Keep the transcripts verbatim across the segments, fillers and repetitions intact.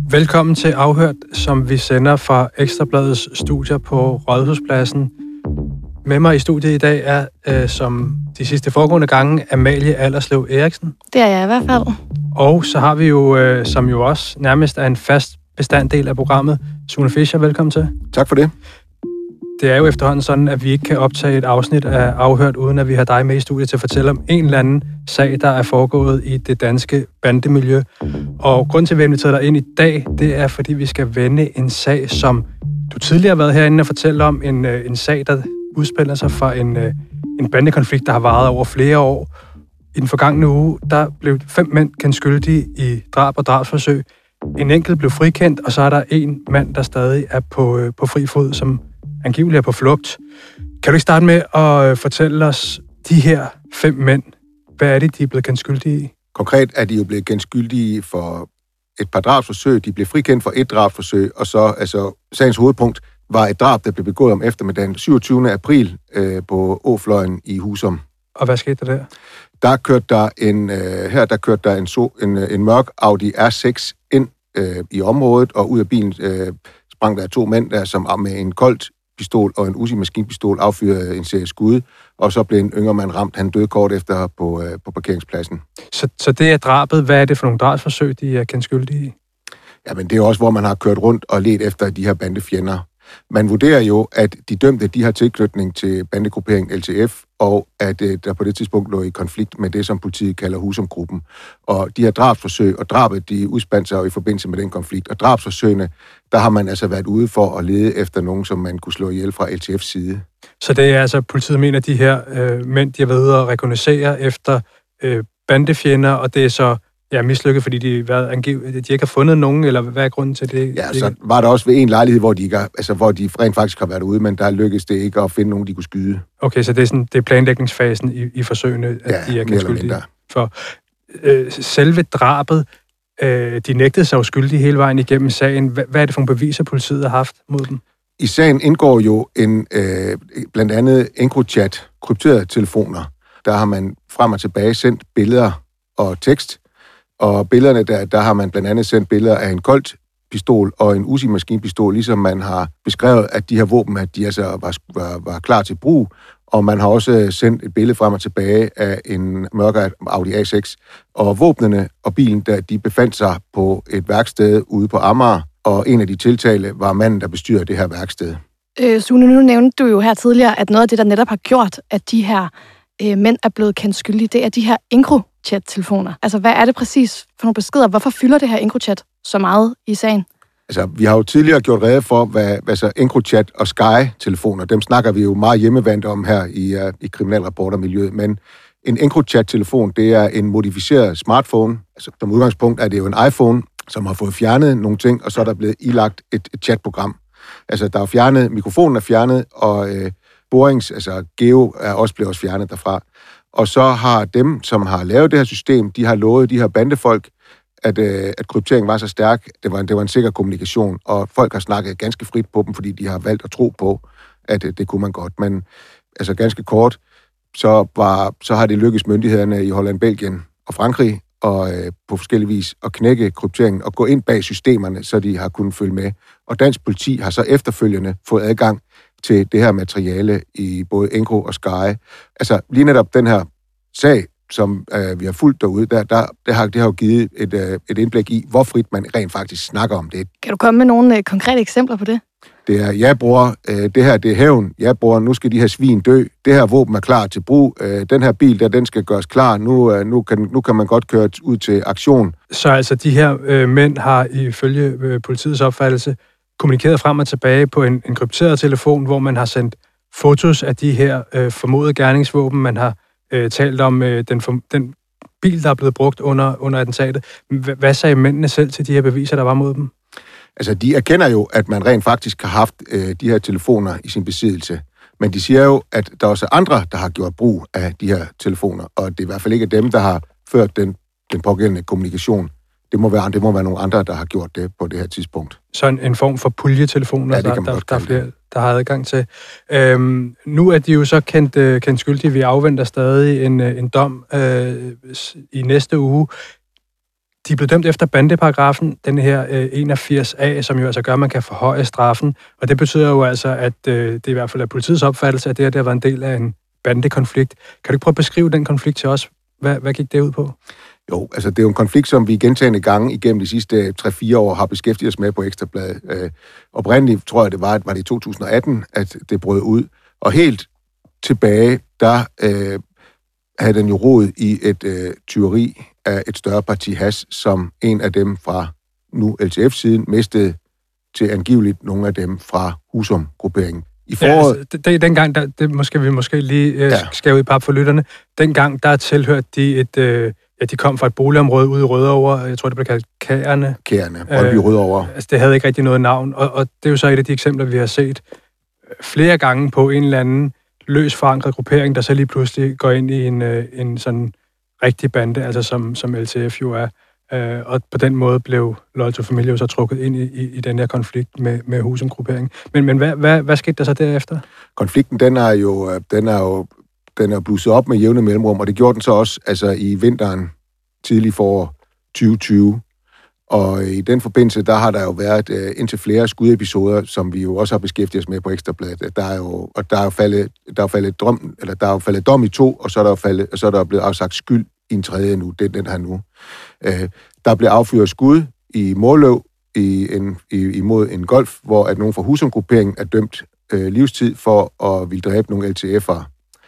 Velkommen til Afhørt, som vi sender fra Ekstrabladets studier på Rådhuspladsen. Med mig i studiet i dag er, øh, som de sidste foregående gange, Amalie Allerslev Eriksen. Det er jeg i hvert fald. Og så har vi jo, øh, som jo også nærmest er en fast bestanddel af programmet, Sune Fischer. Velkommen til. Tak for det. Det er jo efterhånden sådan, at vi ikke kan optage et afsnit af Afhørt, uden at vi har dig med i studiet til at fortælle om en eller anden sag, der er foregået i det danske bandemiljø. Og grund til, at vi inviterer dig ind i dag, det er, fordi vi skal vende en sag, som du tidligere har været herinde og fortælle om. En, en sag, der udspiller sig fra en, en bandekonflikt, der har varet over flere år. I den forgangne uge, der blev fem mænd kendt skyldige i drab og drabsforsøg. En enkelt blev frikendt, og så er der en mand, der stadig er på, på fri fod, som angiveligt er på flugt. Kan du ikke starte med at fortælle os de her fem mænd? Hvad er det, de er blevet kendt skyldige i? Konkret er de jo blevet kendt skyldige for et par drabsforsøg. De blev frikendt for et drabsforsøg, og så altså sagens hovedpunkt var et drab, der blev begået om eftermiddagen syvogtyvende april øh, på Åfløjen i Husum. Og hvad skete der der? Der kørte der en øh, her der kørte der en, so, en en mørk Audi R seks ind øh, i området, og ud af bilen øh, sprang der to mænd der, som med en koldt pistol og en Uzi maskinpistol affyrede en serie skud, og så blev en yngre mand ramt. Han døde kort efter på, øh, på parkeringspladsen. Så, så det er drabet. Hvad er det for nogle drabsforsøg, de er kendt skyldige i? Jamen, det er også, hvor man har kørt rundt og let efter de her bandefjender. Man vurderer jo, at de dømte, de har tilknytning til bandegrupperingen L T F, og at øh, der på det tidspunkt lå i konflikt med det, som politiet kalder Husumgruppen. Og de her drabsforsøg og drabet, de udspandt sig i forbindelse med den konflikt. Og drabsforsøgene, der har man altså været ude for at lede efter nogen, som man kunne slå ihjel fra L T F's side. Så det er altså, politiet mener, at de her øh, mænd, de har været ude og rekognoscere efter øh, bandefjender, og det er så ja, mislykket, fordi de, været angiv- de ikke har fundet nogen, eller hvad er grunden til det? Ja, så var der også ved en lejlighed, hvor de, ikke har, altså, hvor de rent faktisk har været ude, men der lykkedes det ikke at finde nogen, de kunne skyde. Okay, så det er, sådan, det er planlægningsfasen i, i forsøgene, at ja, de er kendt skyldige. For øh, selve drabet, øh, de nægtede sig uskyldige hele vejen igennem sagen. Hvad, hvad er det for nogle beviser, politiet har haft mod dem? I sagen indgår jo en, øh, blandt andet EncroChat, krypterede telefoner. Der har man frem og tilbage sendt billeder og tekst, og billederne, der, der har man blandt andet sendt billeder af en koldt pistol og en Uzi maskinpistol, ligesom man har beskrevet, at de her våben, at de altså var, var, var klar til brug, og man har også sendt et billede frem og tilbage af en mørkere Audi A seks, og våbnene og bilen, der de befandt sig på et værksted ude på Amager, og en af de tiltalte var manden, der bestyrer det her værksted. Øh, Sune, nu nævnte du jo her tidligere, at noget af det, der netop har gjort, at de her øh, mænd er blevet kendt skyldige, det er de her EncroChat-telefoner. Altså, hvad er det præcis for nogle beskeder? Hvorfor fylder det her EncroChat så meget i sagen? Altså, vi har jo tidligere gjort rede for, hvad, hvad så EncroChat og Sky-telefoner, dem snakker vi jo meget hjemmevandt om her i, uh, i kriminalrapportermiljøet, men en EncroChat-telefon, det er en modificeret smartphone. Altså, som udgangspunkt er det jo en iPhone, som har fået fjernet nogle ting, og så er der blevet ilagt et, et chatprogram. Altså, der er fjernet, mikrofonen er fjernet, og øh, borings, altså geo, er også blevet også fjernet derfra. Og så har dem, som har lavet det her system, de har lovet de her bandefolk, at, øh, at kryptering var så stærk, det var, en, det var en sikker kommunikation, og folk har snakket ganske frit på dem, fordi de har valgt at tro på, at øh, det kunne man godt. Men altså ganske kort, så, var, så har det lykkes myndighederne i Holland, Belgien og Frankrig, og øh, på forskellige vis at knække krypteringen og gå ind bag systemerne, så de har kunnet følge med. Og dansk politi har så efterfølgende fået adgang til det her materiale i både Encro og Sky. Altså lige netop den her sag, som øh, vi har fulgt derude, der, der, det, har, det har jo givet et, øh, et indblik i, hvor frit man rent faktisk snakker om det. Kan du komme med nogle øh, konkrete eksempler på det? Det er, ja bror, øh, det her det er hævn. Ja bror, nu skal de her svin dø. Det her våben er klar til brug. Øh, den her bil der, den skal gøres klar. Nu, øh, nu, kan, nu kan man godt køre ud til aktion. Så altså de her øh, mænd har ifølge øh, politiets opfattelse kommunikeret frem og tilbage på en, en krypteret telefon, hvor man har sendt fotos af de her øh, formodede gerningsvåben. Man har øh, talt om øh, den, for, den bil, der er blevet brugt under, under attentatet. H- hvad sagde mændene selv til de her beviser, der var mod dem? Altså, de erkender jo, at man rent faktisk har haft øh, de her telefoner i sin besiddelse. Men de siger jo, at der også er andre, der har gjort brug af de her telefoner, og det er i hvert fald ikke dem, der har ført den, den pågældende kommunikation. Det må, være, det må være nogle andre, der har gjort det på det her tidspunkt. Så en, en form for puljetelefoner, ja, der, der, der er flere, der har adgang til. Øhm, nu er de jo så kendt, uh, kendt skyldige. Vi afventer stadig en, en dom uh, i næste uge. de er blevet dømt efter bandeparagrafen, den her øh, enogfirs A, som jo altså gør, at man kan forhøje straffen. Og det betyder jo altså, at øh, det i hvert fald er politiets opfattelse, at det her det har været en del af en bandekonflikt. Kan du ikke prøve at beskrive den konflikt til os? Hvad, hvad gik det ud på? Jo, altså det er jo en konflikt, som vi gentagne gange igennem de sidste tre fire år har beskæftiget os med på Ekstra Bladet. Øh, oprindeligt tror jeg, det var, var det i to tusind og atten, at det brød ud. Og helt tilbage, der øh, havde den jo rod i et øh, tyveri af et større parti hash, som en af dem fra nu L T F-siden mistede til angiveligt nogle af dem fra Husum-grupperingen. I foråret... Ja, altså, det, det, dengang, der, det måske vi måske lige øh, ja. skal ud i pap for lytterne. Dengang, der tilhørte de et... Øh, ja, de kom fra et boligområde ude i Rødovre. Jeg tror, det blev kaldt Kærne. Kærne, Rødby øh, Rødovre. Altså, det havde ikke rigtig noget navn. Og, og det er jo så et af de eksempler, vi har set flere gange på en eller anden løs forankret gruppering, der så lige pludselig går ind i en, øh, en sådan rigtig bande, altså som, som L T F jo er. Øh, og på den måde blev Loyal To Familia jo så trukket ind i, i, i den her konflikt med, med Husum-grupperingen. Men, men hvad, hvad, hvad skete der så derefter? Konflikten, den er jo, den er jo den er blusset op med jævne mellemrum, og det gjorde den så også altså i vinteren tidlig for tyve tyve. Og i den forbindelse, der har der jo været uh, indtil flere skudepisoder, som vi jo også har beskæftiget os med på Ekstra Bladet. Der er jo, og der er jo faldet, der er faldet dom, eller der er jo faldet dom i to, og så er der jo faldet, og så er der blevet afsagt skyld i en tredje nu, det den her nu. Uh, der blev affyret skud i Måløv i en, i, imod en golf, hvor at nogen fra Husum-grupperingen er dømt uh, livstid for at ville dræbe nogle L T F'ere.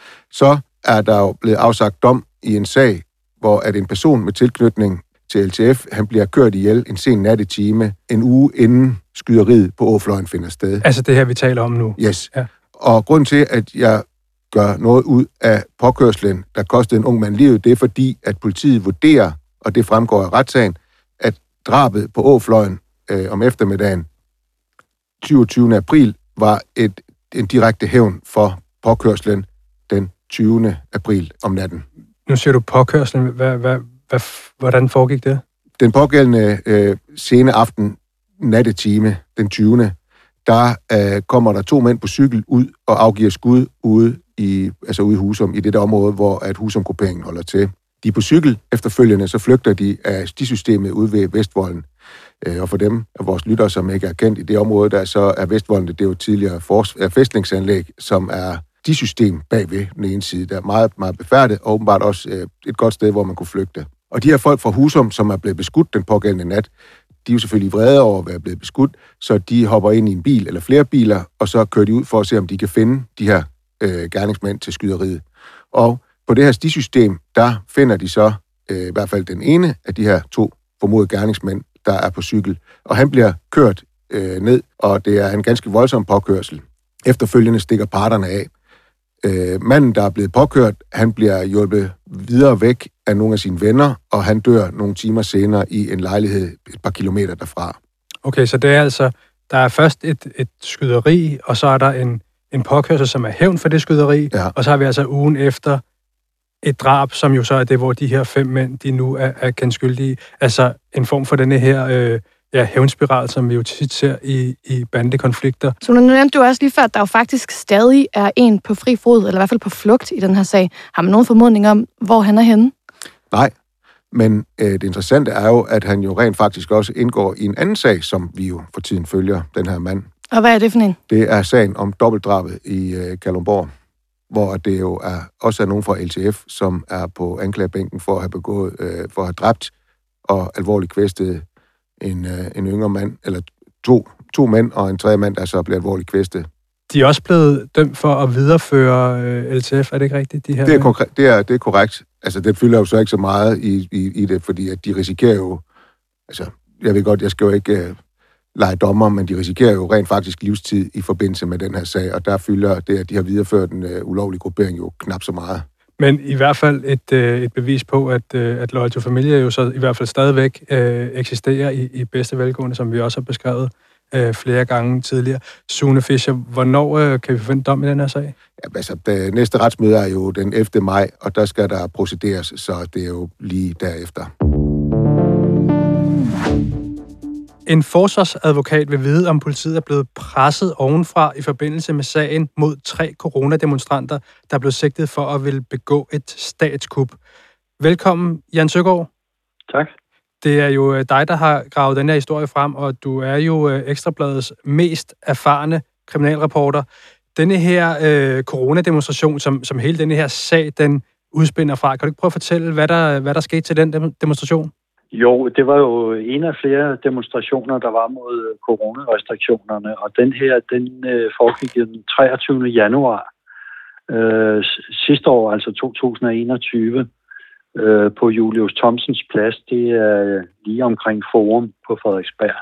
Så er der jo blevet afsagt dom i en sag, hvor at en person med tilknytning til L T F, han bliver kørt ihjel en sen nattetime, en uge inden skyderiet på Åfløjen finder sted. Altså det her, vi taler om nu? Yes. Ja. Og grunden til, at jeg gør noget ud af påkørslen, der kostede en ung mand livet, det er fordi, at politiet vurderer, og det fremgår af retssagen, at drabet på Åfløjen øh, om eftermiddagen tyveogtyvende april var et, en direkte hævn for påkørslen den tyvende april om natten. Nu siger du påkørslen. Hvad, hvad, hvad, hvordan foregik det? Den pågældende øh, sene aften, nattetime, den tyvende der øh, kommer der to mænd på cykel ud og afgiver skud ude i, altså ude i Husum, i det der område, hvor at Husum-grupperingen holder til. De er på cykel. Efterfølgende så flygter de af stisystemet ude ved Vestvolden. Øh, og for dem af vores lyttere, som ikke er kendt i det område, der så er Vestvolden, det er jo tidligere fors- fæstningsanlæg, som er de system bagved den ene side, der er meget, meget befærdet, og åbenbart også øh, et godt sted, hvor man kunne flygte. Og de her folk fra Husum, som er blevet beskudt den pågældende nat, de er jo selvfølgelig vrede over at være blevet beskudt, så de hopper ind i en bil eller flere biler, og så kører de ud for at se, om de kan finde de her øh, gerningsmænd til skyderiet. Og på det her stisystem, der finder de så øh, i hvert fald den ene af de her to formodede gerningsmænd, der er på cykel, og han bliver kørt øh, ned, og det er en ganske voldsom påkørsel. Efterfølgende stikker parterne af. Øh, manden, der er blevet påkørt, han bliver hjulpet videre væk af nogle af sine venner, og han dør nogle timer senere i en lejlighed et par kilometer derfra. Okay, så det er altså, der er først et, et skyderi, og så er der en, en påkørsel, som er hævn for det skyderi, ja. Og så har vi altså ugen efter et drab, som jo så er det, hvor de her fem mænd, de nu er, er kendt skyldige. Altså en form for denne her øh, ja, hævnspiral, som vi jo tit ser i, i bandekonflikter. Så nu nævnte du også lige før, at der jo faktisk stadig er en på fri fod, eller i hvert fald på flugt i den her sag. Har man nogen formodning om, hvor han er henne? Nej, men øh, det interessante er jo, at han jo rent faktisk også indgår i en anden sag, som vi jo for tiden følger, den her mand. Og hvad er det for en? Det er sagen om dobbeltdrabet i øh, Kalundborg, hvor det jo er, også er nogen fra L T F, som er på anklagebænken for at have begået, øh, for at have dræbt og alvorligt kvæstet en, øh, en yngre mand, eller to, to mænd og en tredje mand, der så bliver alvorligt kvæstet. De er også blevet dømt for at videreføre øh, L T F, er det ikke rigtigt? De her det, er konkre- det, er, det er korrekt. Altså, det fylder jo så ikke så meget i, i, i det, fordi at de risikerer jo, altså, jeg ved godt, jeg skal jo ikke øh, lege dommer, men de risikerer jo rent faktisk livstid i forbindelse med den her sag, og der fylder det, at de har videreført en øh, ulovlig gruppering jo knap så meget. Men i hvert fald et, øh, et bevis på, at, øh, at Loyal To Familia jo så i hvert fald stadigvæk øh, eksisterer i, i bedste velgående, som vi også har beskrevet øh, flere gange tidligere. Sune Fischer, hvornår øh, kan vi finde dom i den her sag? Ja, altså, det næste retsmøde er jo den ellevte maj, og der skal der procederes, så det er jo lige derefter. En forsvarsadvokat vil vide, om politiet er blevet presset ovenfra i forbindelse med sagen mod tre coronademonstranter, der blev sigtet for at ville begå et statskup. Velkommen, Jan Søgaard. Tak. Det er jo dig, der har gravet den her historie frem, og du er jo Ekstrabladets mest erfarne kriminalreporter. Denne her øh, coronademonstration, som, som hele denne her sag, den udspænder fra. Kan du ikke prøve at fortælle, hvad der, hvad der skete til den demonstration? Jo, det var jo en af flere demonstrationer, der var mod coronarestriktionerne, og den her, den øh, foregik den treogtyvende januar øh, sidste år, altså to tusind og enogtyve, øh, på Julius Thomsens Plads. Det er lige omkring Forum på Frederiksberg.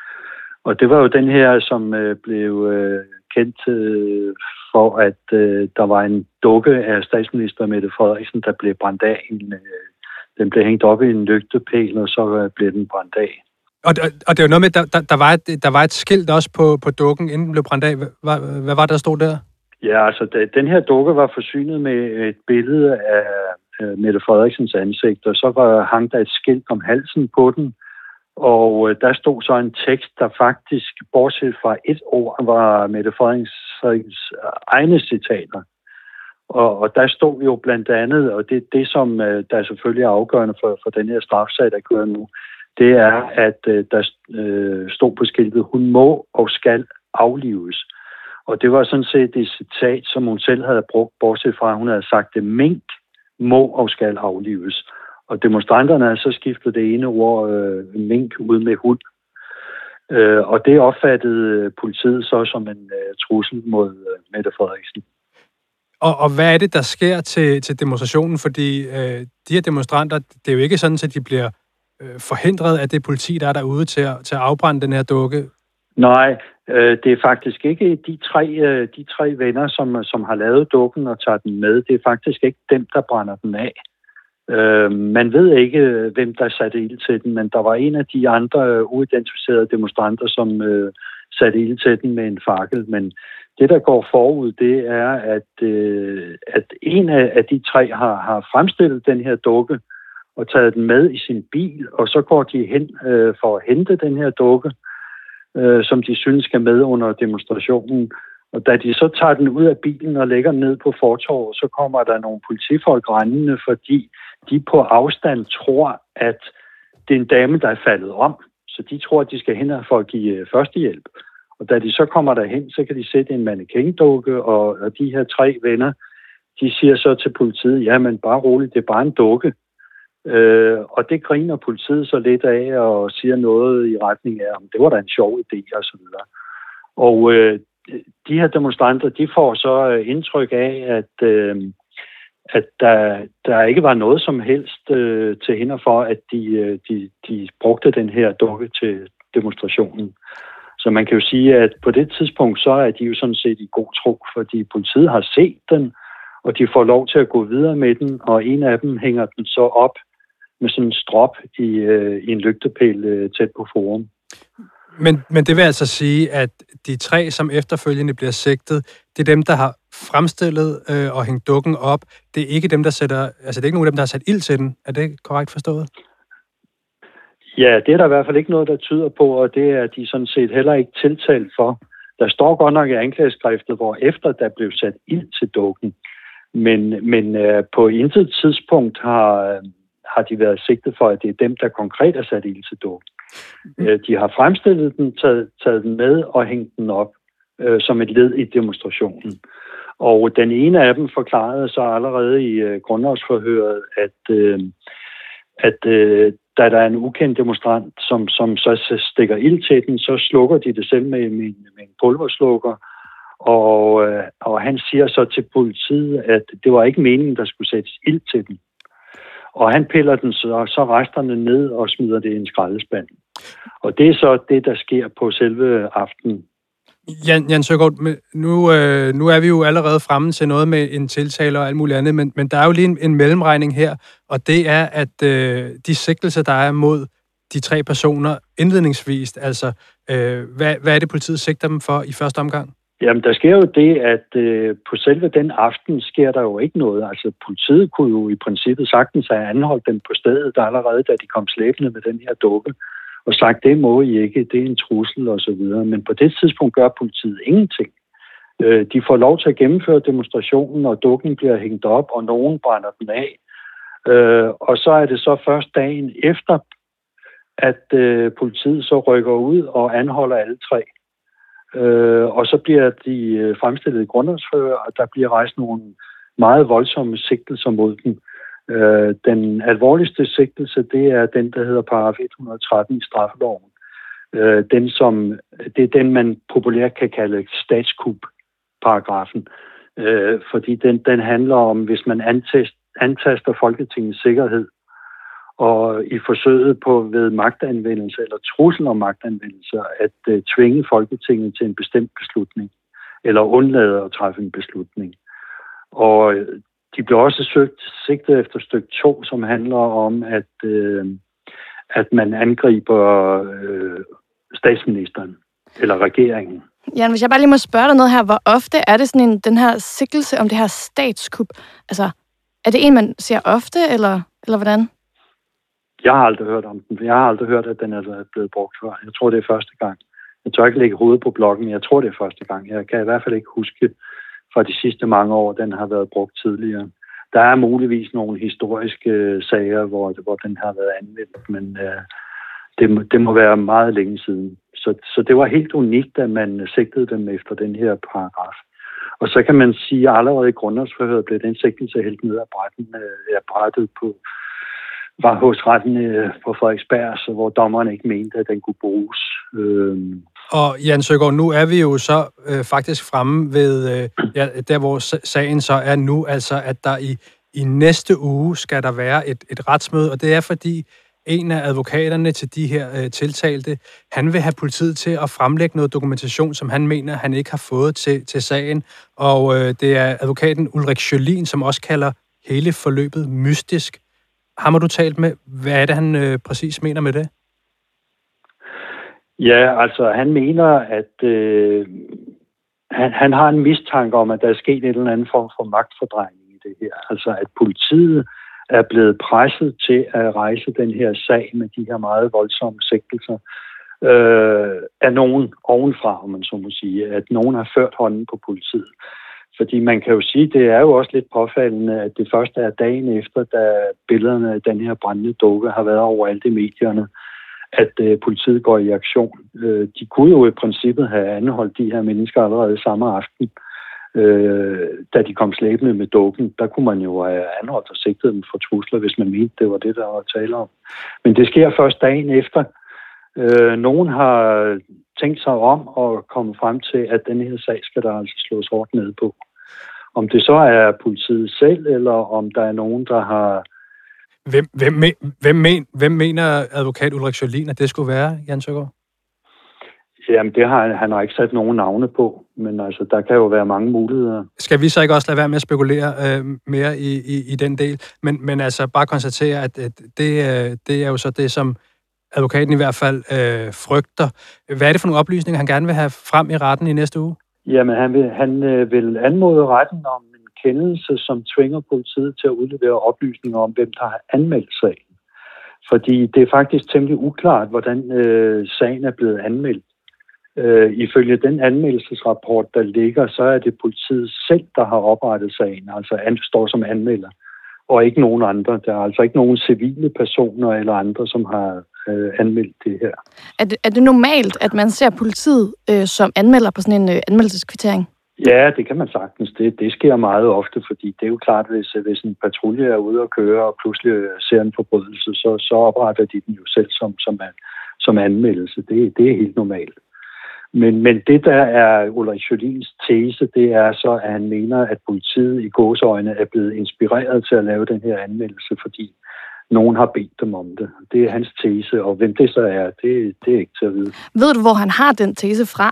Og det var jo den her, som øh, blev øh, kendt øh, for, at øh, der var en dukke af statsminister Mette Frederiksen, der blev brændt af. En, øh, den blev hængt op i en lygtepæl, og så øh, blev den brændt af. Og, og det er jo noget med, der, der, der, var et, der var et skilt også på, på dukken, inden den blev brændt af. Hvad, hvad var der, der stod der? Ja, altså den her dukke var forsynet med et billede af øh, Mette Frederiksens ansigt, og så var, hang der et skilt om halsen på den. Og øh, der stod så en tekst, der faktisk, bortset fra et ord, var Mette Frederiksens egne citater. Og, og der stod jo blandt andet, og det det, som øh, der er selvfølgelig afgørende for, for den her strafsag, der kører nu, det er, at øh, der øh, stod på skiltet, hun må og skal aflives. Og det var sådan set et citat, som hun selv havde brugt, bortset fra, hun havde sagt, det mink må og skal aflives. Og demonstranterne har så skiftet det ene ord, øh, mink, ud med hund. Øh, og det opfattede politiet så som en øh, trussel mod øh, Mette Frederiksen. Og, og hvad er det, der sker til, til demonstrationen? Fordi øh, de her demonstranter, det er jo ikke sådan, at de bliver øh, forhindret af det politi, der er derude til at, til at afbrænde den her dukke. Nej, øh, det er faktisk ikke de tre, øh, de tre venner, som, som har lavet dukken og tager den med. Det er faktisk ikke dem, der brænder den af. Øh, man ved ikke, hvem der satte ild til den, men der var en af de andre øh, uidentificerede demonstranter, som øh, satte ild til den med en fakkel. Men det, der går forud, det er, at, øh, at en af, af de tre har, har fremstillet den her dukke og taget den med i sin bil, og så går de hen øh, for at hente den her dukke, øh, som de synes skal med under demonstrationen. Og da de så tager den ud af bilen og lægger den ned på fortovet, så kommer der nogle politifolk rendende, fordi de på afstand tror, at det er en dame, der er faldet om. Så de tror, at de skal hen for at give førstehjælp. Og da de så kommer derhen, så kan de sætte en mannequin-dukke, og, og de her tre venner, de siger så til politiet, ja, men bare roligt, det er bare en dukke. Øh, og det griner politiet så lidt af og siger noget i retning af, om det var da en sjov idé og så videre. Og øh, de her demonstranter, de får så indtryk af, at, øh, at der, der ikke var noget som helst øh, til hinder for, at de, de, de brugte den her dukke til demonstrationen. Så man kan jo sige, at på det tidspunkt, så er de jo sådan set i god tro, fordi politiet har set den, og de får lov til at gå videre med den, og en af dem hænger den så op med sådan en strop i, øh, i en lygtepæl øh, tæt på Forum. Men, men det vil altså sige, at de tre, som efterfølgende bliver sigtet, det er dem, der har fremstillet øh, og hængt dukken op. Det er ikke dem, der sætter, altså det er ikke nogen af dem, der har sat ild til den. Er det korrekt forstået? Ja, det er der i hvert fald ikke noget, der tyder på, og det er de sådan set heller ikke tiltalt for. Der står godt nok i anklageskriftet, hvor efter der blev sat ild til dukken. Men, men øh, på intet tidspunkt har, har de været sigtet for, at det er dem, der konkret har sat ild til dukken. Mm. De har fremstillet den, taget, taget den med og hængt den op øh, som et led i demonstrationen. Og den ene af dem forklarede så allerede i øh, grundlovsforhøret, at, øh, at øh, da der er en ukendt demonstrant, som, som så stikker ild til den, så slukker de det selv med, med, med en pulverslukker. Og, øh, og han siger så til politiet, at det var ikke meningen, der skulle sættes ild til den. Og han piller den så, så resterne ned og smider det i en skraldespand. Og det er så det, der sker på selve aftenen. Jan, Jan Søgaard, nu, øh, nu er vi jo allerede fremme til noget med en tiltale og alt muligt andet, men, men der er jo lige en, en mellemregning her, og det er, at øh, de sigtelser, der er mod de tre personer indledningsvis, altså øh, hvad, hvad er det, politiet sigter dem for i første omgang? Jamen, der sker jo det, at øh, på selve den aften sker der jo ikke noget. Altså, politiet kunne jo i princippet sagtens have anholdt dem på stedet, der allerede, da de kom slæbende med den her dukke, og sagt, det må I ikke, det er en trussel og så videre. Men på det tidspunkt gør politiet ingenting. Øh, de får lov til at gennemføre demonstrationen, og dukken bliver hængt op, og nogen brænder den af. Øh, og så er det så først dagen efter, at øh, politiet så rykker ud og anholder alle tre. Øh, og så bliver de øh, fremstillet i grundlovsforhør, og der bliver rejst nogle meget voldsomme sigtelser mod dem. Øh, den alvorligste sigtelse, det er den, der hedder paragraf et hundrede og tretten i straffeloven. Øh, den, som, det er den, man populært kan kalde statskup-paragrafen. Øh, fordi den, den handler om, hvis man antast, antaster Folketingets sikkerhed, og i forsøget på ved magtanvendelse eller trussel om magtanvendelse at uh, tvinge Folketinget til en bestemt beslutning, eller undlade at træffe en beslutning. Og de blev også søgt, sigtet efter stykke to, som handler om, at, uh, at man angriber uh, statsministeren eller regeringen. Jan, hvis jeg bare lige må spørge dig noget her, hvor ofte er det sådan en, den her sigtelse om det her statskup? Altså, er det en, man ser ofte, eller, eller hvordan? Jeg har aldrig hørt om den. Jeg har aldrig hørt, at den er blevet brugt før. Jeg tror, det er første gang. Jeg tør ikke lægge hovedet på blokken. Jeg tror, det er første gang. Jeg kan i hvert fald ikke huske fra de sidste mange år, den har været brugt tidligere. Der er muligvis nogle historiske sager, hvor, hvor den har været anvendt, men øh, det, må, det må være meget længe siden. Så, så det var helt unikt, at man sigtede dem efter den her paragraf. Og så kan man sige, at allerede i grundlovsforhøret blev den sigtelse helt ned af brætten, øh, af brættet på var hos retten øh, på Frederiksberg, så hvor dommeren ikke mente, at den kunne bruges. Øhm. Og Jan Søgaard, nu er vi jo så øh, faktisk fremme ved, øh, ja, der hvor sagen så er nu, altså at der i, i næste uge skal der være et, et retsmøde, og det er fordi en af advokaterne til de her øh, tiltalte, han vil have politiet til at fremlægge noget dokumentation, som han mener, han ikke har fået til, til sagen, og øh, det er advokaten Ulrik Sjølin, som også kalder hele forløbet mystisk. Ham har du talt med. Hvad er det, han øh, præcis mener med det? Ja, altså han mener, at øh, han, han har en mistanke om, at der er sket en eller anden form for magtfordrejning i det her. Altså at politiet er blevet presset til at rejse den her sag med de her meget voldsomme sigtelser øh, af nogen ovenfra, om man så må sige. At nogen har ført hånden på politiet. Fordi man kan jo sige, det er jo også lidt påfaldende, at det første er dagen efter, da billederne af den her brændende dukke har været overalt i medierne, at øh, politiet går i aktion. Øh, de kunne jo i princippet have anholdt de her mennesker allerede samme aften, øh, da de kom slæbende med dukken. Der kunne man jo have anholdt og sigtet dem for trusler, hvis man mente, det var det, der var tale om. Men det sker først dagen efter. Øh, nogen har tænkt sig om og komme frem til, at den her sag skal der altså slås hårdt ned på. Om det så er politiet selv, eller om der er nogen, der har... Hvem, hvem, hvem, men, hvem mener advokat Ulrik Sjølin, at det skulle være, Jan Søgaard? Jamen, det har han har ikke sat nogen navne på, men altså, der kan jo være mange muligheder. Skal vi så ikke også lade være med at spekulere øh, mere i, i, i den del? Men, men altså, bare konstatere, at, at det, øh, det er jo så det, som advokaten i hvert fald øh, frygter. Hvad er det for nogle oplysninger, han gerne vil have frem i retten i næste uge? Jamen, han vil, han øh, vil anmode retten om en kendelse, som tvinger politiet til at udlevere oplysninger om, hvem der har anmeldt sagen. Fordi det er faktisk temmelig uklart, hvordan øh, sagen er blevet anmeldt. Øh, ifølge den anmeldelsesrapport, der ligger, så er det politiet selv, der har oprettet sagen, altså an, står som anmelder, og ikke nogen andre. Der er altså ikke nogen civile personer eller andre, som har øh, anmeldt det her. Er det, er det normalt, at man ser politiet øh, som anmelder på sådan en øh, anmeldelseskvittering? Ja, det kan man sagtens. Det, det sker meget ofte, fordi det er jo klart, hvis, hvis en patrulje er ude at køre og pludselig ser en forbrydelse, så, så opretter de den jo selv som, som, som anmeldelse. Det, det er helt normalt. Men, men det, der er Ulrik Sjølins tese, det er så, at han mener, at politiet i gåseøjne er blevet inspireret til at lave den her anmeldelse, fordi nogen har bedt dem om det. Det er hans tese, og hvem det så er, det, det er ikke til at vide. Ved du, hvor han har den tese fra?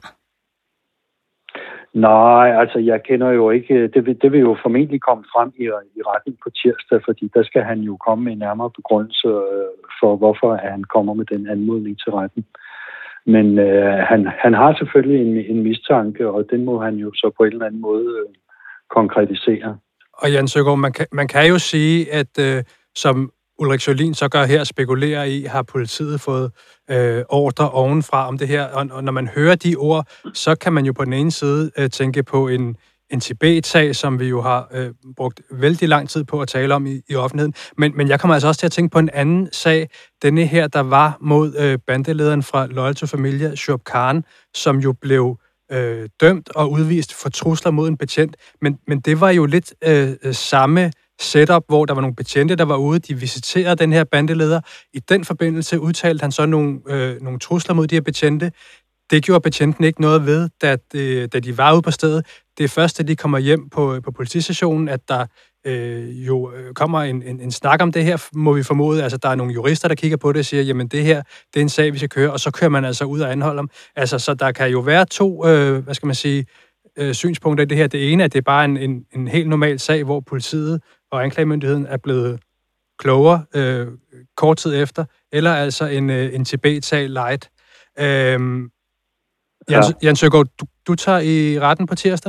Nej, altså jeg kender jo ikke, det vil, det vil jo formentlig komme frem i, i retten på tirsdag, fordi der skal han jo komme med en nærmere begrundelse for, hvorfor han kommer med den anmodning til retten. Men øh, han, han har selvfølgelig en, en mistanke, og den må han jo så på en eller anden måde øh, konkretisere. Og Jan Søgaard, man kan, man kan jo sige, at øh, som Ulrik Sjølin så gør her, spekulerer i, har politiet fået øh, ordre ovenfra om det her. Og, og når man hører de ord, så kan man jo på den ene side øh, tænke på en, en Tibet-sag, som vi jo har øh, brugt vældig lang tid på at tale om i, i offentligheden. Men, men jeg kommer altså også til at tænke på en anden sag, denne her, der var mod øh, bandelederen fra Loyal to Familia, Shuaib Khan, som jo blev øh, dømt og udvist for trusler mod en betjent. Men, men det var jo lidt øh, samme setup, hvor der var nogle betjente, der var ude, de visiterede den her bandeleder. I den forbindelse udtalte han så nogle, øh, nogle trusler mod de her betjente. Det gjorde betjenten ikke noget ved, da de, da de var ude på stedet. Det er først, da de kommer hjem på, på politistationen, at der øh, jo kommer en, en, en snak om det her, må vi formode. Altså, der er nogle jurister, der kigger på det og siger, jamen det her, det er en sag, vi skal køre, og så kører man altså ud og anholder dem. Altså, så der kan jo være to, øh, hvad skal man sige, øh, synspunkter i det her. Det ene er, at det er bare en, en, en helt normal sag, hvor politiet og anklagemyndigheden er blevet klogere øh, kort tid efter, eller altså en, øh, en Tibet-sag light. Øh, Jens, ja. Jens Søgaard, du, du tager i retten på tirsdag?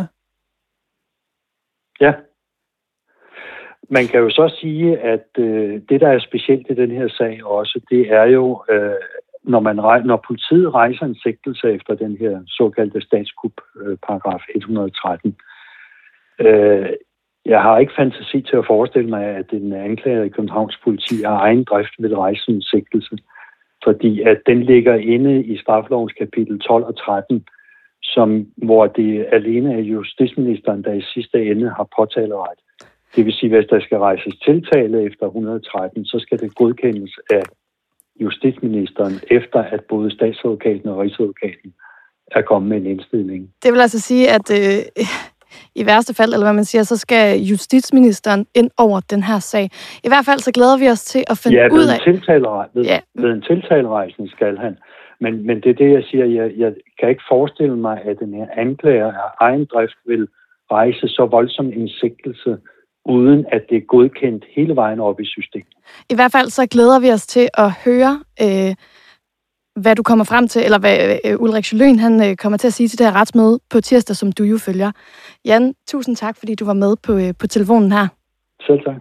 Ja. Man kan jo så sige, at øh, det, der er specielt i den her sag også, det er jo, øh, når, man rej- når politiet rejser en sigtelse efter den her såkaldte statskup, øh, paragraf et hundrede og tretten. Øh, jeg har ikke fantasi til at forestille mig, at en anklager i Københavns politi af egen drift vil rejse en sigtelse, fordi at den ligger inde i straffelovens kapitel tolv og tretten, som, hvor det alene er justitsministeren, der i sidste ende har påtaleret. Det vil sige, at hvis der skal rejses tiltale efter et hundrede og tretten, så skal det godkendes af justitsministeren, efter at både statsadvokaten og rigsadvokaten er kommet med en indstilling. Det vil altså sige, at øh, i værste fald, eller hvad man siger, så skal justitsministeren ind over den her sag. I hvert fald så glæder vi os til at finde ja, ud af... Tiltalerej- ved, ja, ved en tiltalerejsning skal han. Men, men det er det, jeg siger. Jeg, jeg kan ikke forestille mig, at den her anklager af egen drift vil rejse så voldsom en sigtelse, uden at det er godkendt hele vejen op i systemet. I hvert fald så glæder vi os til at høre, øh, hvad du kommer frem til, eller hvad øh, Ulrik Sjøløen, han øh, kommer til at sige til det her retsmøde på tirsdag, som du jo følger. Jan, tusind tak, fordi du var med på, øh, på telefonen her. Selv tak.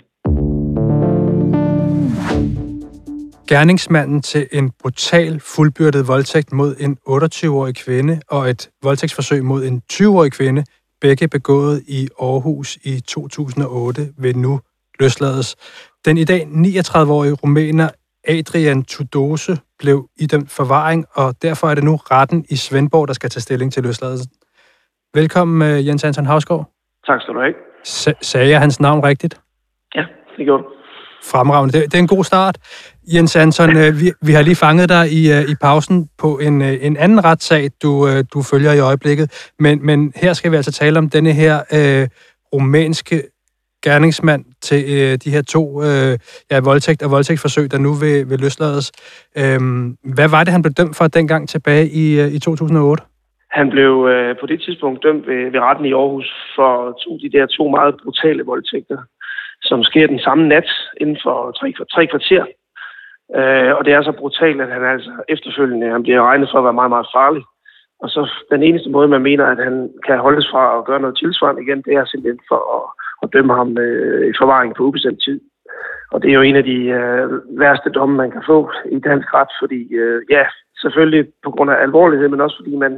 Gerningsmanden til en brutal, fuldbyrdet voldtægt mod en otteogtyve-årig kvinde og et voldtægtsforsøg mod en tyve-årig kvinde, begge begået i Aarhus i to tusind og otte, vil nu løslades. Den i dag niogtredive-årige rumæner Adrian Tudose blev idømt forvaring, og derfor er det nu retten i Svendborg, der skal tage stilling til løsladelsen. Velkommen, Jens Anton Hausgaard. Tak skal du have. S- sagde jeg hans navn rigtigt? Ja, det gjorde du. Fremragende. Det, det er en god start. Jens Anton, vi, vi har lige fanget dig i, i pausen på en, en anden retssag, du, du følger i øjeblikket. Men, men her skal vi altså tale om denne her øh, rumænske gerningsmand til øh, de her to øh, ja, voldtægt og voldtægtsforsøg, der nu vil, vil løslades. Øhm, hvad var det, han blev dømt for dengang tilbage i, i to tusind og otte? Han blev øh, på det tidspunkt dømt ved, ved retten i Aarhus for to, de der to meget brutale voldtægter, som sker den samme nat inden for tre, tre kvarter. Øh, og det er så brutalt, at han altså efterfølgende han bliver regnet for at være meget, meget farlig. Og så den eneste måde, man mener, at han kan holdes fra at gøre noget tilsvarende igen, det er simpelthen for at, at dømme ham øh, i forvaring på ubestemt tid. Og det er jo en af de øh, værste domme, man kan få i dansk ret, fordi øh, ja, selvfølgelig på grund af alvorlighed, men også fordi man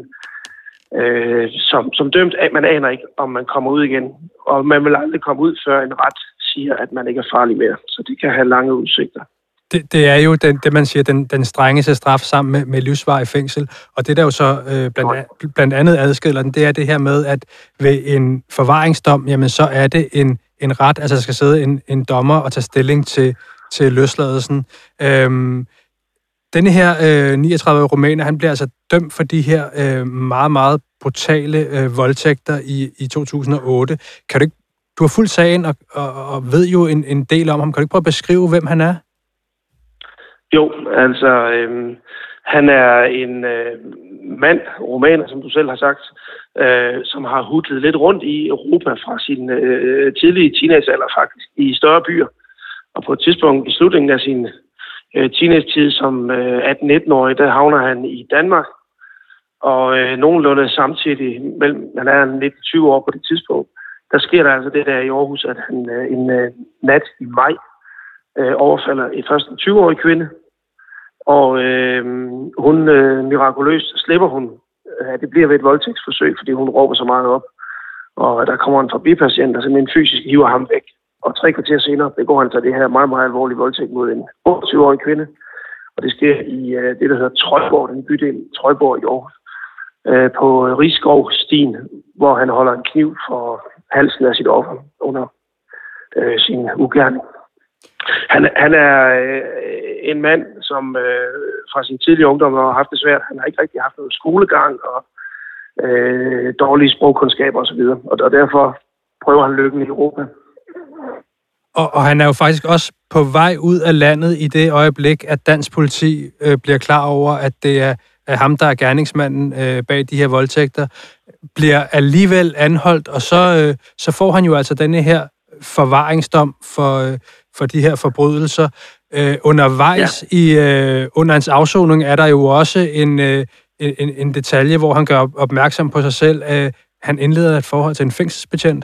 øh, som, som dømt, man aner ikke, om man kommer ud igen. Og man vil aldrig komme ud, før en ret siger, at man ikke er farlig mere. Så det kan have lange udsigter. Det, det er jo den, det, man siger, den, den strengeste straf sammen med, med livsvarig fængsel. Og det, der jo så øh, blandt, blandt andet adskiller den, det er det her med, at ved en forvaringsdom, jamen så er det en, en ret, altså der skal sidde en, en dommer og tage stilling til, til løsladelsen. Øhm, denne her øh, niogtredive-årige rumæner, han bliver altså dømt for de her øh, meget, meget brutale øh, voldtægter i, i to tusind og otte. Kan du ikke, du har fulgt sagen og, og, og ved jo en, en del om ham. Kan du ikke prøve at beskrive, hvem han er? Jo, altså, øh, han er en øh, mand, rumæner, som du selv har sagt, øh, som har hutlet lidt rundt i Europa fra sin øh, tidlige teenagealder faktisk, i større byer. Og på et tidspunkt i slutningen af sin øh, teenage-tid som øh, atten-nitten-årig, der havner han i Danmark. Og øh, nogenlunde samtidig, mellem, han er nitten tyve år på det tidspunkt, der sker der altså det der i Aarhus, at han øh, en øh, nat i maj øh, overfalder et først en tyve-årig kvinde. Og øh, hun øh, mirakuløst slipper hun. Øh, det bliver ved et voldtægtsforsøg, fordi hun råber så meget op. Og der kommer en forbipatient, der simpelthen fysisk hiver ham væk. Og tre kvarter senere begår han så det her meget, meget alvorlige voldtægt mod en otteogtyve-årig kvinde. Og det sker i uh, det, der hedder Trøjborg, den bydel Trøjborg i Aarhus. Uh, på Rigskovstien, hvor han holder en kniv for halsen af sit offer under uh, sin ugerning. Han, han er uh, en mand, som uh, fra sin tidlige ungdom har haft det svært. Han har ikke rigtig haft noget skolegang og uh, dårlige sprogkundskaber osv. Og, og derfor prøver han lykken i Europa. Og, og han er jo faktisk også på vej ud af landet i det øjeblik, at dansk politi øh, bliver klar over, at det er, er ham, der er gerningsmanden øh, bag de her voldtægter, bliver alligevel anholdt, og så, øh, så får han jo altså denne her forvaringsdom for, øh, for de her forbrydelser. Øh, undervejs ja. i øh, under hans afsoning er der jo også en, øh, en, en detalje, hvor han gør opmærksom på sig selv. Øh, han indleder et forhold til en fængselsbetjent.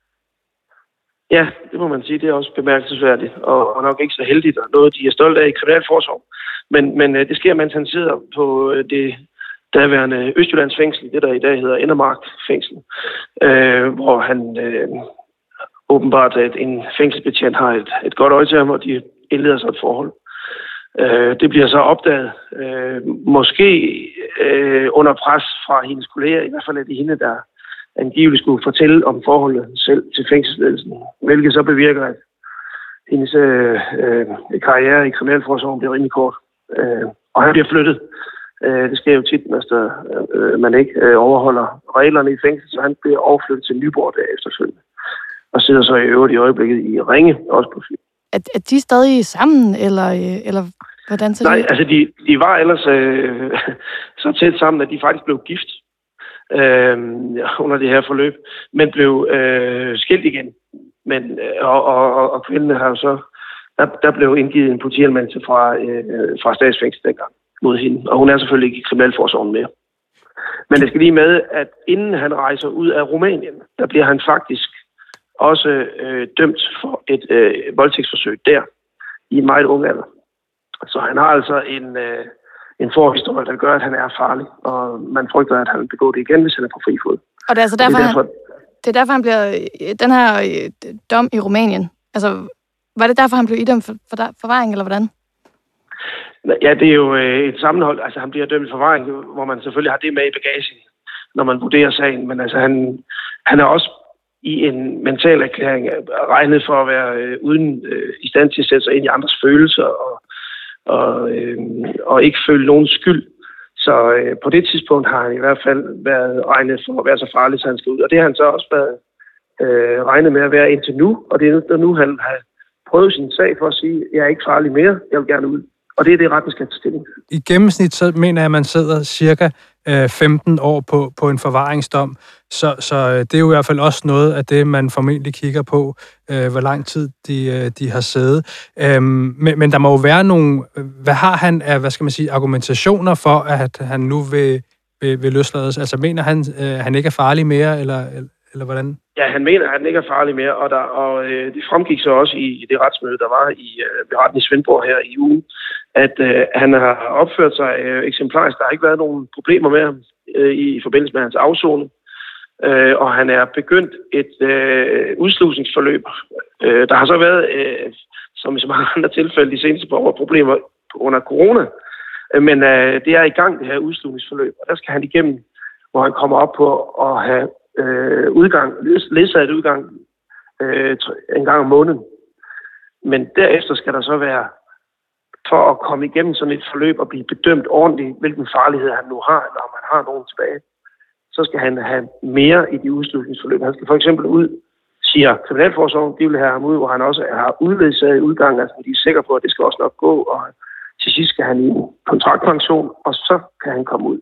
Ja, det må man sige. Det er også bemærkelsesværdigt, og, og nok ikke så heldigt, og noget, de er stolte af i kriminalforsorg. Men, men det sker, mens han sidder på det daværende Østjyllands fængsel, det der i dag hedder Endermark fængsel, øh, hvor han øh, åbenbart, at en fængselsbetjent har et, et godt øje til ham, og de indleder sig et forhold. Øh, det bliver så opdaget, øh, måske øh, under pres fra hendes kolleger, i hvert fald er det hende, der angiveligt skulle fortælle om forholdet selv til fængselsledelsen, hvilket så bevirker, at hendes øh, øh, karriere i kriminalforsorgen bliver rimelig kort. Øh, og han bliver flyttet. Øh, det sker jo tit, hvis der, øh, man ikke øh, overholder reglerne i fængsel, så han bliver overflyttet til Nyborg der efterfølgende. Og sidder så i øvrigt i øjeblikket i Ringe, også på Fyn. Er, er de stadig sammen, eller, eller hvordan ser det? Nej, altså de, de var ellers øh, så tæt sammen, at de faktisk blev gift. Øh, under det her forløb, men blev øh, skilt igen. Men, og, og, og kvinden har jo så, der, der blev indgivet en politianmeldelse fra, øh, fra statsfængsel dengang mod hende, og hun er selvfølgelig ikke i kriminalforsorgen mere. Men det skal lige med, at inden han rejser ud af Rumænien, der bliver han faktisk også øh, dømt for et øh, voldtægtsforsøg der, i en meget ung alder. Så han har altså en... Øh, en forhistorie, der gør, at han er farlig, og man frygter, at han vil begå det igen, hvis han er på fri fod. Og det er altså derfor, det er derfor, han, det er derfor han bliver, den her dom i Rumænien, altså, var det derfor, han blev idømt for, for forvaring, eller hvordan? Ja, det er jo et sammenhold, altså han bliver dømt i forvaring, hvor man selvfølgelig har det med i bagagen, når man vurderer sagen, men altså han, han er også i en mental erklæring regnet for at være uden øh, i stand til at sætte sig ind i andres følelser, og Og, øh, og ikke føle nogen skyld. Så øh, på det tidspunkt har han i hvert fald været regnet for at være så farlig, så han skal ud. Og det har han så også været øh, regnet med at være indtil nu. Og det er nu, han har prøvet sin sag for at sige, at jeg er ikke farlig mere, jeg vil gerne ud. Og det er det, retten skal tage stilling. I gennemsnit så mener jeg, at man sidder cirka øh, femten år på, på en forvaringsdom. Så, så det er jo i hvert fald også noget af det, man formentlig kigger på, øh, hvor lang tid de, de har siddet. Øhm, men, men der må jo være nogle... Hvad har han af, hvad skal man sige, argumentationer for, at han nu vil, vil, vil løslades? Altså mener han, øh, han ikke er farlig mere, eller, eller hvordan? Ja, han mener, at han ikke er farlig mere, og, der, og øh, det fremgik så også i, i det retsmøde, der var i øh, retten i Svendborg her i ugen, at øh, han har opført sig øh, eksemplarisk. Der har ikke været nogen problemer med ham øh, i, i forbindelse med hans afsoning. Øh, og han er begyndt et øh, udslusningsforløb. Øh, der har så været, øh, som i så mange andre tilfælde, de seneste par år, problemer under corona. Øh, men øh, det er i gang, det her udslusningsforløb. Og der skal han igennem, hvor han kommer op på at have øh, udgang, ledsaget udgang øh, en gang om måneden. Men derefter skal der så være, for at komme igennem sådan et forløb og blive bedømt ordentligt, hvilken farlighed han nu har, eller om han har nogen tilbage, så skal han have mere i de udslusningsforløb. Han skal for eksempel ud, siger kriminalforsorgen, de vil have ham ud, hvor han også har udledsaget udgang, altså de er sikre på, at det skal også nok gå, og til sidst skal han i en kontraktpension, og så kan han komme ud.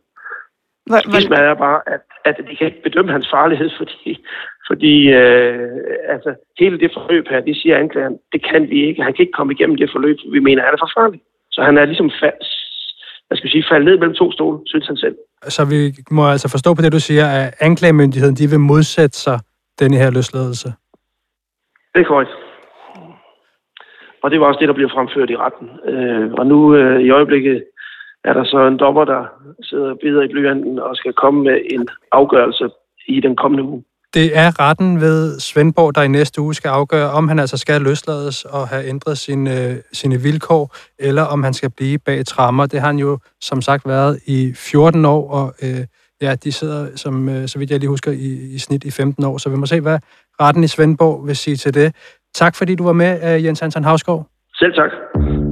Skisma er bare, at, at de kan ikke bedømme hans farlighed, fordi, fordi øh, altså, hele det forløb her, det siger anklageren, det kan vi ikke. Han kan ikke komme igennem det forløb, vi mener, han er for farlig. Så han er ligesom fald, hvad skal vi sige, faldet ned mellem to stole, synes han selv. Så vi må altså forstå på det, du siger, at anklagemyndigheden, de vil modsætte sig denne her løsladelse? Det er korrekt. Og det var også det, der blev fremført i retten. Øh, og nu øh, i øjeblikket er der så en dommer, der sidder og bider i blyanten og skal komme med en afgørelse i den kommende uge. Det er retten ved Svendborg, der i næste uge skal afgøre, om han altså skal løslades og have ændret sine, sine vilkår, eller om han skal blive bag tremmer. Det har han jo som sagt været i fjorten år, og øh, ja, de sidder, som, øh, så vidt jeg lige husker, i, i snit i femten år. Så vi må se, hvad retten i Svendborg vil sige til det. Tak fordi du var med, Jens Hansen Hausgaard. Selv tak.